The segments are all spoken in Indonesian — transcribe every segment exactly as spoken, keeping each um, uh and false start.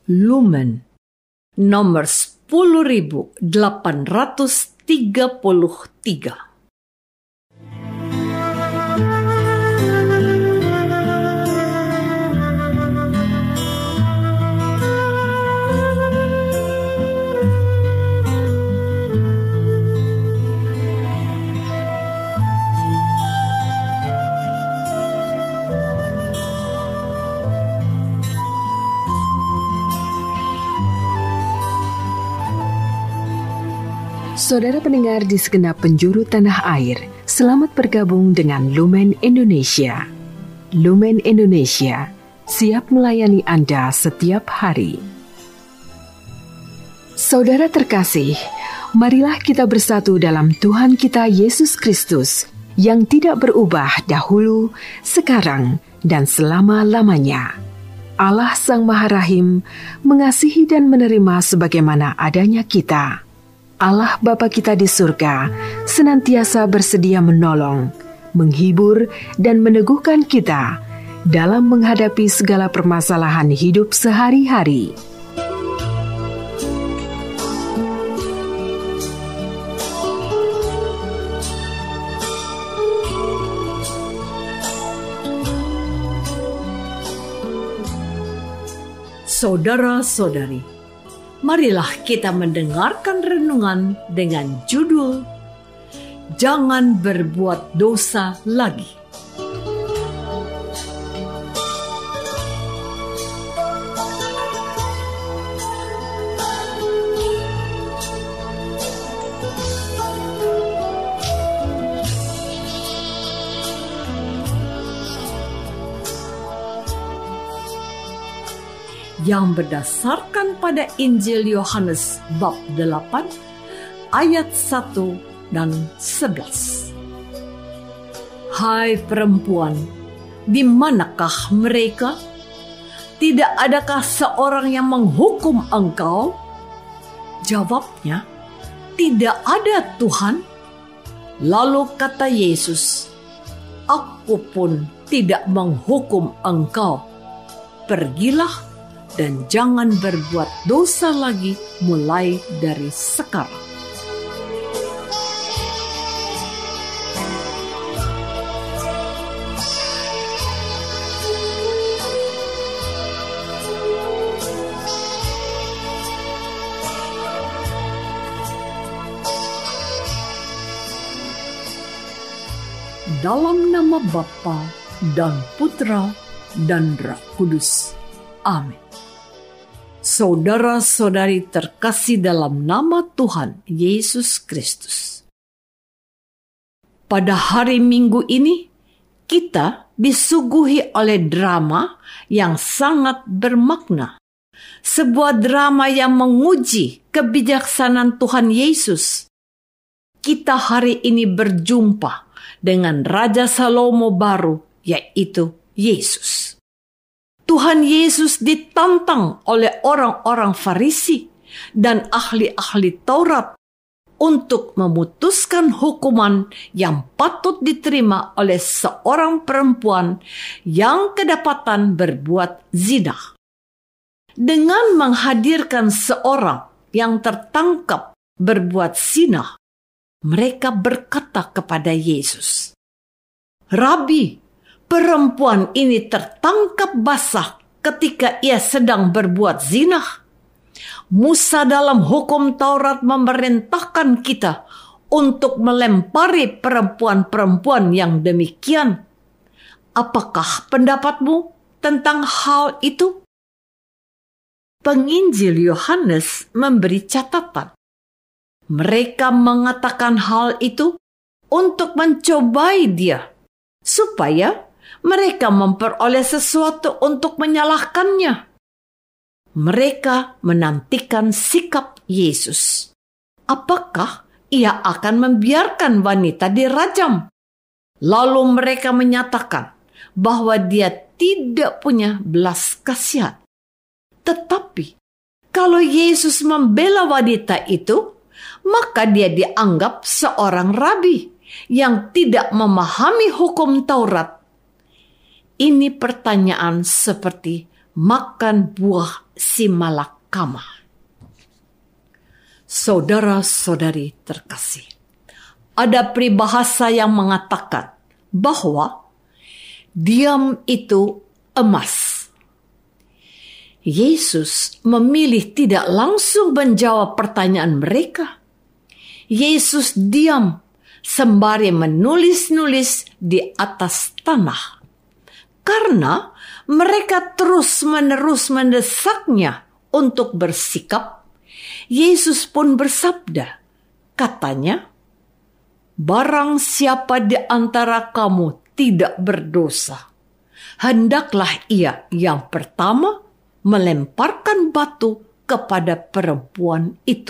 Lumen nomor sepuluh delapan ratus tiga puluh tiga. Saudara pendengar di segenap penjuru tanah air, selamat bergabung dengan Lumen Indonesia. Lumen Indonesia siap melayani Anda setiap hari. Saudara terkasih, marilah kita bersatu dalam Tuhan kita Yesus Kristus yang tidak berubah dahulu, sekarang, dan selama-lamanya. Allah Sang Maha Rahim mengasihi dan menerima sebagaimana adanya kita. Allah Bapa kita di surga senantiasa bersedia menolong, menghibur, dan meneguhkan kita dalam menghadapi segala permasalahan hidup sehari-hari. Saudara-saudari, marilah kita mendengarkan renungan dengan judul Jangan Berbuat Dosa Lagi. Yang berdasarkan pada Injil Yohanes bab delapan ayat satu dan sebelas. Hai perempuan, di manakah mereka? Tidak adakah seorang yang menghukum engkau? Jawabnya, tidak ada Tuhan. Lalu kata Yesus, aku pun tidak menghukum engkau. Pergilah dan jangan berbuat dosa lagi mulai dari sekarang. Dalam nama Bapa dan Putra dan Roh Kudus. Amin. Saudara-saudari terkasih dalam nama Tuhan Yesus Kristus. Pada hari Minggu ini, kita disuguhi oleh drama yang sangat bermakna. Sebuah drama yang menguji kebijaksanaan Tuhan Yesus. Kita hari ini berjumpa dengan Raja Salomo baru, yaitu Yesus. Tuhan Yesus ditantang oleh orang-orang Farisi dan ahli-ahli Taurat untuk memutuskan hukuman yang patut diterima oleh seorang perempuan yang kedapatan berbuat zina. Dengan menghadirkan seorang yang tertangkap berbuat zina, mereka berkata kepada Yesus, Rabi, perempuan ini tertangkap basah ketika ia sedang berbuat zina. Musa dalam hukum Taurat memerintahkan kita untuk melempari perempuan-perempuan yang demikian. Apakah pendapatmu tentang hal itu? Penginjil Yohanes memberi catatan. Mereka mengatakan hal itu untuk mencobai dia, supaya mereka memperoleh sesuatu untuk menyalahkannya. Mereka menantikan sikap Yesus. Apakah ia akan membiarkan wanita dirajam? Lalu mereka menyatakan bahwa dia tidak punya belas kasihan. Tetapi kalau Yesus membela wanita itu, maka dia dianggap seorang rabi yang tidak memahami hukum Taurat. Ini pertanyaan seperti makan buah si malakama. Saudara-saudari terkasih, ada peribahasa yang mengatakan bahwa diam itu emas. Yesus memilih tidak langsung menjawab pertanyaan mereka. Yesus diam sembari menulis-nulis di atas tanah. Karena mereka terus-menerus mendesaknya untuk bersikap, Yesus pun bersabda, katanya, "Barang siapa di antara kamu tidak berdosa, hendaklah ia yang pertama melemparkan batu kepada perempuan itu."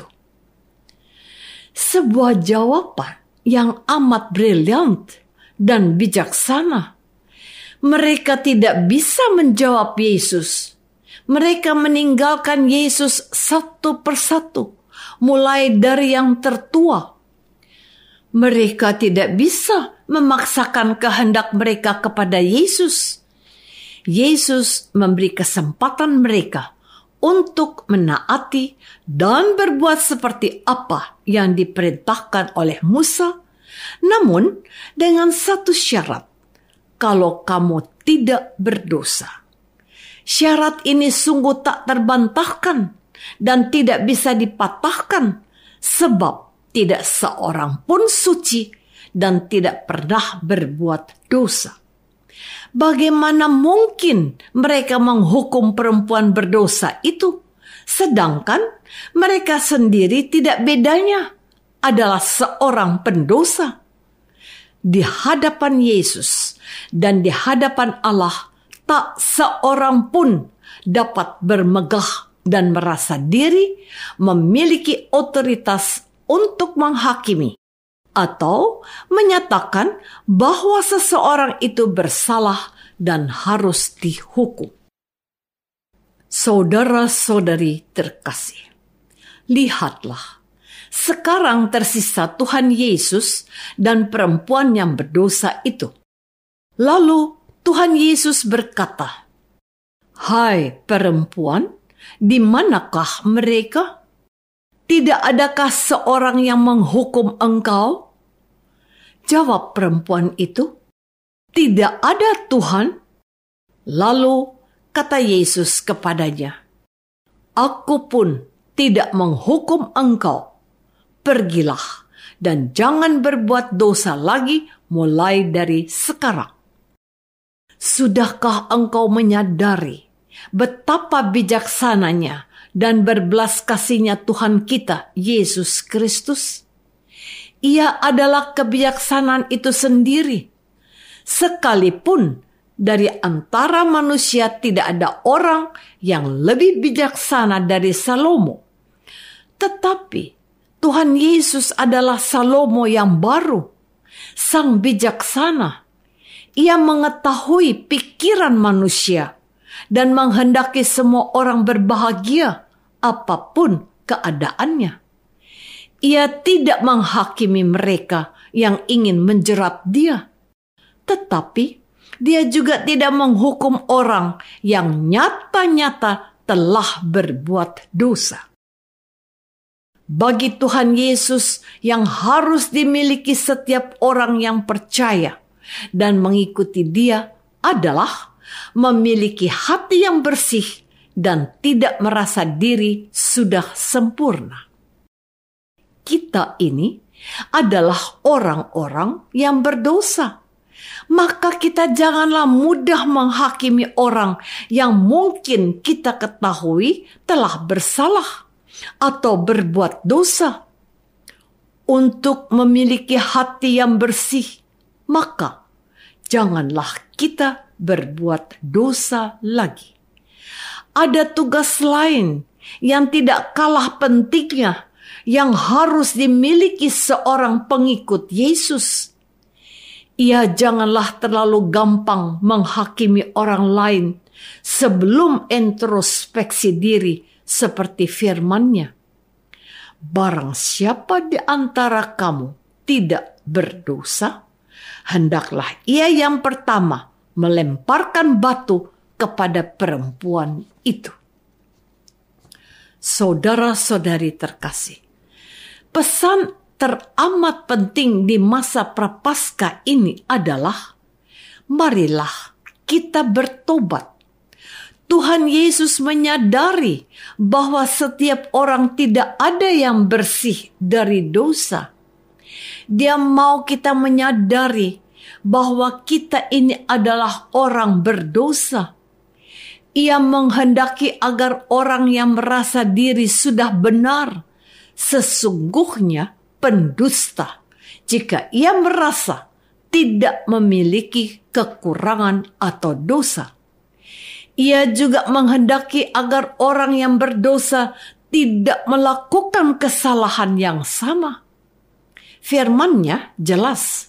Sebuah jawaban yang amat brilian dan bijaksana. Mereka tidak bisa menjawab Yesus. Mereka meninggalkan Yesus satu persatu, mulai dari yang tertua. Mereka tidak bisa memaksakan kehendak mereka kepada Yesus. Yesus memberi kesempatan mereka untuk menaati dan berbuat seperti apa yang diperintahkan oleh Musa, namun dengan satu syarat, kalau kamu tidak berdosa. Syarat ini sungguh tak terbantahkan dan tidak bisa dipatahkan, sebab tidak seorang pun suci dan tidak pernah berbuat dosa. Bagaimana mungkin mereka menghukum perempuan berdosa itu, sedangkan mereka sendiri tidak bedanya adalah seorang pendosa? Di hadapan Yesus dan di hadapan Allah, tak seorang pun dapat bermegah dan merasa diri memiliki otoritas untuk menghakimi atau menyatakan bahwa seseorang itu bersalah dan harus dihukum. Saudara-saudari terkasih, lihatlah, sekarang tersisa Tuhan Yesus dan perempuan yang berdosa itu. Lalu Tuhan Yesus berkata, "Hai perempuan, di manakah mereka? Tidak adakah seorang yang menghukum engkau?" Jawab perempuan itu, "Tidak ada, Tuhan." Lalu kata Yesus kepadanya, "Aku pun tidak menghukum engkau. Pergilah dan jangan berbuat dosa lagi mulai dari sekarang." Sudahkah engkau menyadari betapa bijaksananya dan berbelas kasihnya Tuhan kita, Yesus Kristus? Ia adalah kebijaksanaan itu sendiri. Sekalipun dari antara manusia tidak ada orang yang lebih bijaksana dari Salomo. Tetapi Tuhan Yesus adalah Salomo yang baru, sang bijaksana. Ia mengetahui pikiran manusia dan menghendaki semua orang berbahagia apapun keadaannya. Ia tidak menghakimi mereka yang ingin menjerat dia, tetapi dia juga tidak menghukum orang yang nyata-nyata telah berbuat dosa. Bagi Tuhan Yesus yang harus dimiliki setiap orang yang percaya dan mengikuti Dia adalah memiliki hati yang bersih dan tidak merasa diri sudah sempurna. Kita ini adalah orang-orang yang berdosa. Maka kita janganlah mudah menghakimi orang yang mungkin kita ketahui telah bersalah atau berbuat dosa. Untuk memiliki hati yang bersih, maka janganlah kita berbuat dosa lagi. Ada tugas lain yang tidak kalah pentingnya yang harus dimiliki seorang pengikut Yesus. Ia janganlah terlalu gampang menghakimi orang lain sebelum introspeksi diri seperti firman-Nya. Barang siapa di antara kamu tidak berdosa, hendaklah ia yang pertama melemparkan batu kepada perempuan itu. Saudara-saudari terkasih, pesan teramat penting di masa Prapaskah ini adalah, marilah kita bertobat. Tuhan Yesus menyadari bahwa setiap orang tidak ada yang bersih dari dosa. Dia mau kita menyadari bahwa kita ini adalah orang berdosa. Ia menghendaki agar orang yang merasa diri sudah benar, sesungguhnya pendusta, jika ia merasa tidak memiliki kekurangan atau dosa. Ia juga menghendaki agar orang yang berdosa tidak melakukan kesalahan yang sama. Firman-Nya jelas,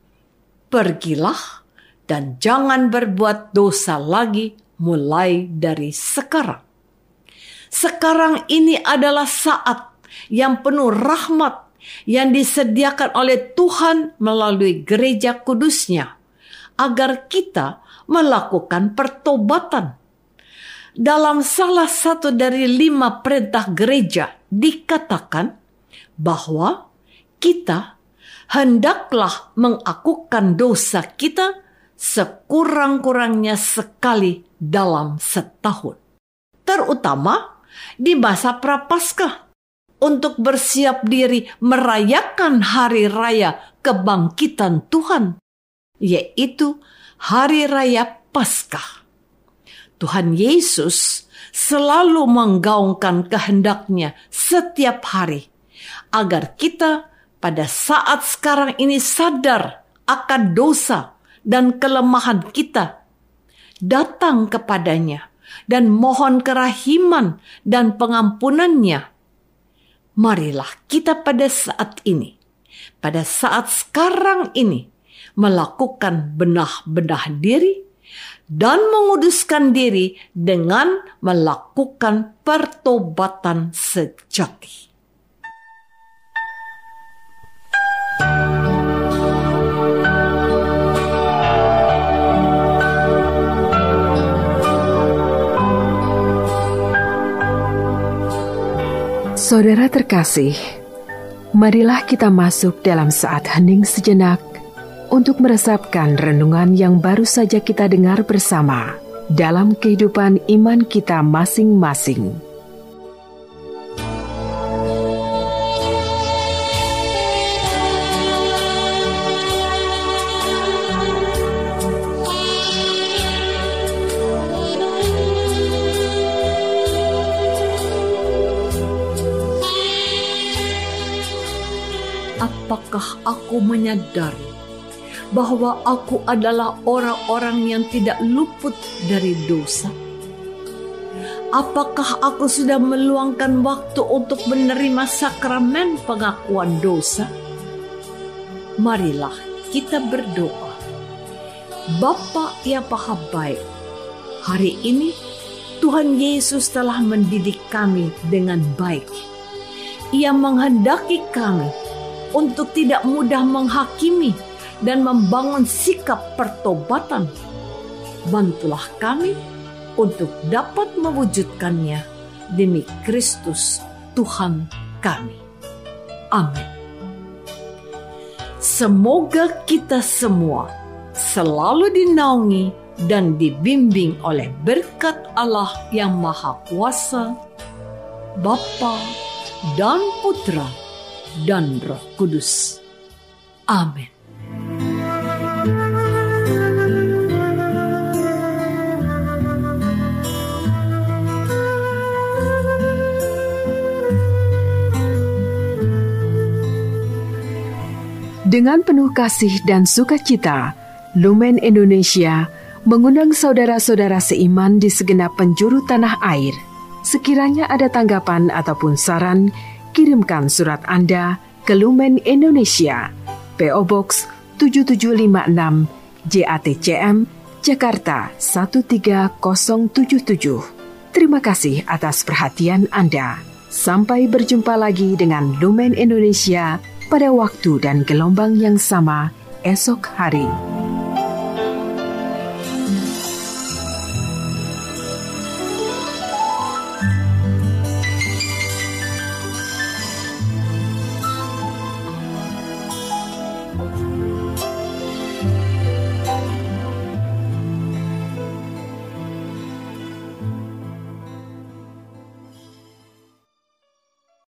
pergilah dan jangan berbuat dosa lagi mulai dari sekarang. Sekarang ini adalah saat yang penuh rahmat yang disediakan oleh Tuhan melalui gereja kudusnya, agar kita melakukan pertobatan. Dalam salah satu dari lima perintah gereja dikatakan bahwa kita hendaklah mengakukan dosa kita sekurang-kurangnya sekali dalam setahun, terutama di masa Prapaskah, untuk bersiap diri merayakan hari raya kebangkitan Tuhan, yaitu hari raya Paskah. Tuhan Yesus selalu menggaungkan kehendaknya setiap hari, agar kita pada saat sekarang ini sadar akan dosa dan kelemahan kita, datang kepadanya dan mohon kerahiman dan pengampunannya. Marilah kita pada saat ini, pada saat sekarang ini, melakukan benah-benah diri dan menguduskan diri dengan melakukan pertobatan sejati. Saudara terkasih, marilah kita masuk dalam saat hening sejenak untuk meresapkan renungan yang baru saja kita dengar bersama dalam kehidupan iman kita masing-masing. Apakah aku menyadari bahwa aku adalah orang-orang yang tidak luput dari dosa? Apakah aku sudah meluangkan waktu untuk menerima sakramen pengakuan dosa? Marilah kita berdoa. Bapa yang Maha Baik, hari ini Tuhan Yesus telah mendidik kami dengan baik. Ia menghendaki kami untuk tidak mudah menghakimi dan membangun sikap pertobatan. Bantulah kami untuk dapat mewujudkannya demi Kristus Tuhan kami. Amin. Semoga kita semua selalu dinaungi dan dibimbing oleh berkat Allah yang Maha Kuasa, Bapa dan Putra dan Roh Kudus. Amin. Dengan penuh kasih dan sukacita, Lumen Indonesia mengundang saudara-saudara seiman di segenap penjuru tanah air. Sekiranya ada tanggapan ataupun saran, kirimkan surat Anda ke Lumen Indonesia, P O Box tujuh tujuh lima enam, J A T C M, Jakarta satu tiga nol tujuh tujuh. Terima kasih atas perhatian Anda. Sampai berjumpa lagi dengan Lumen Indonesia pada waktu dan gelombang yang sama esok hari.